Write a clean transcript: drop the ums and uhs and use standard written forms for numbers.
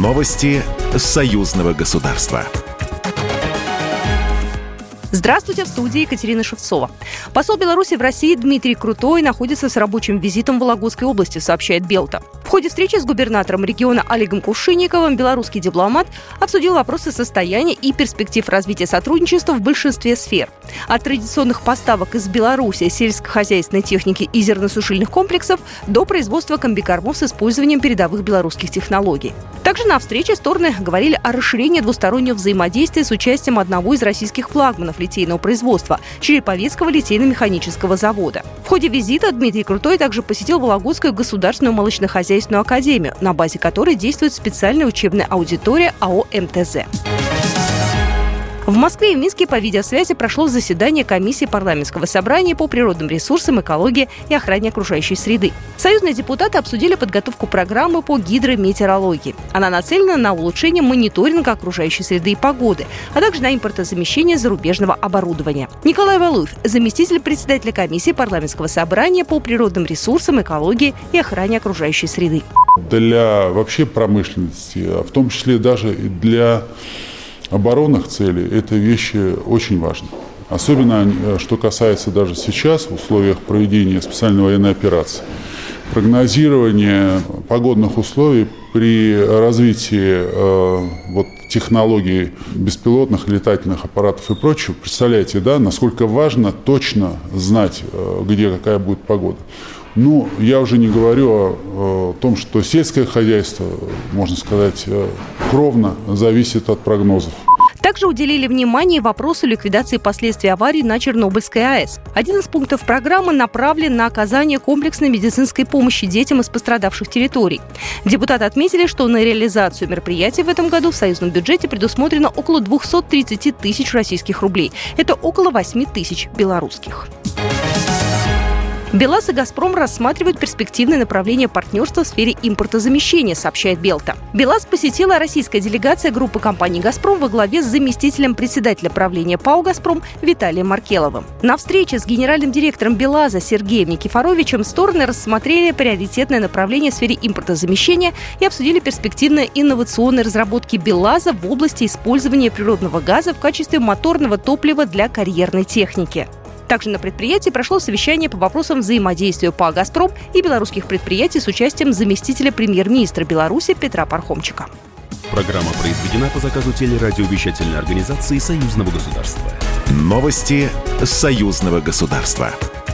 Новости союзного государства. Здравствуйте, в студии Екатерина Шевцова. Посол Беларуси в России Дмитрий Крутой находится с рабочим визитом в Вологодской области, сообщает Белта. В ходе встречи с губернатором региона Олегом Кувшинниковым белорусский дипломат обсудил вопросы состояния и перспектив развития сотрудничества в большинстве сфер. От традиционных поставок из Беларуси сельскохозяйственной техники и зерносушильных комплексов до производства комбикормов с использованием передовых белорусских технологий. Также на встрече стороны говорили о расширении двустороннего взаимодействия с участием одного из российских флагманов литейного производства – Череповецкого литейно-механического завода. В ходе визита Дмитрий Крутой также посетил Вологодскую государственную молочно-хозяйственную академию, на базе которой действует специальная учебная аудитория АО МТЗ. В Москве и в Минске по видеосвязи прошло заседание комиссии парламентского собрания по природным ресурсам, экологии и охране окружающей среды. Союзные депутаты обсудили подготовку программы по гидрометеорологии. Она нацелена на улучшение мониторинга окружающей среды и погоды, а также на импортозамещение зарубежного оборудования. Николай Валуев, заместитель председателя комиссии парламентского собрания по природным ресурсам, экологии и охране окружающей среды. Для вообще промышленности, а в том числе даже и для оборонных целей, это вещи очень важны. Особенно, что касается даже сейчас, в условиях проведения специальной военной операции. Прогнозирование погодных условий при развитии технологий беспилотных летательных аппаратов и прочего, представляете, да, насколько важно точно знать, где какая будет погода. Я уже не говорю о том, что сельское хозяйство, можно сказать, кровно зависит от прогнозов. Также уделили внимание вопросу ликвидации последствий аварии на Чернобыльской АЭС. Один из пунктов программы направлен на оказание комплексной медицинской помощи детям из пострадавших территорий. Депутаты отметили, что на реализацию мероприятий в этом году в союзном бюджете предусмотрено около 230 тысяч российских рублей. Это около 8 тысяч белорусских. БелАЗ и «Газпром» рассматривают перспективные направления партнерства в сфере импортозамещения, сообщает Белта. БелАЗ посетила российская делегация группы компаний «Газпром» во главе с заместителем председателя правления ПАО «Газпром» Виталием Маркеловым. На встрече с генеральным директором БелАЗа Сергеем Никифоровичем стороны рассмотрели приоритетное направление в сфере импортозамещения и обсудили перспективные инновационные разработки БелАЗа в области использования природного газа в качестве моторного топлива для карьерной техники. Также на предприятии прошло совещание по вопросам взаимодействия ПАО «Газпром» и белорусских предприятий с участием заместителя премьер-министра Беларуси Петра Пархомчика. Программа произведена по заказу телерадиовещательной организации Союзного государства. Новости союзного государства.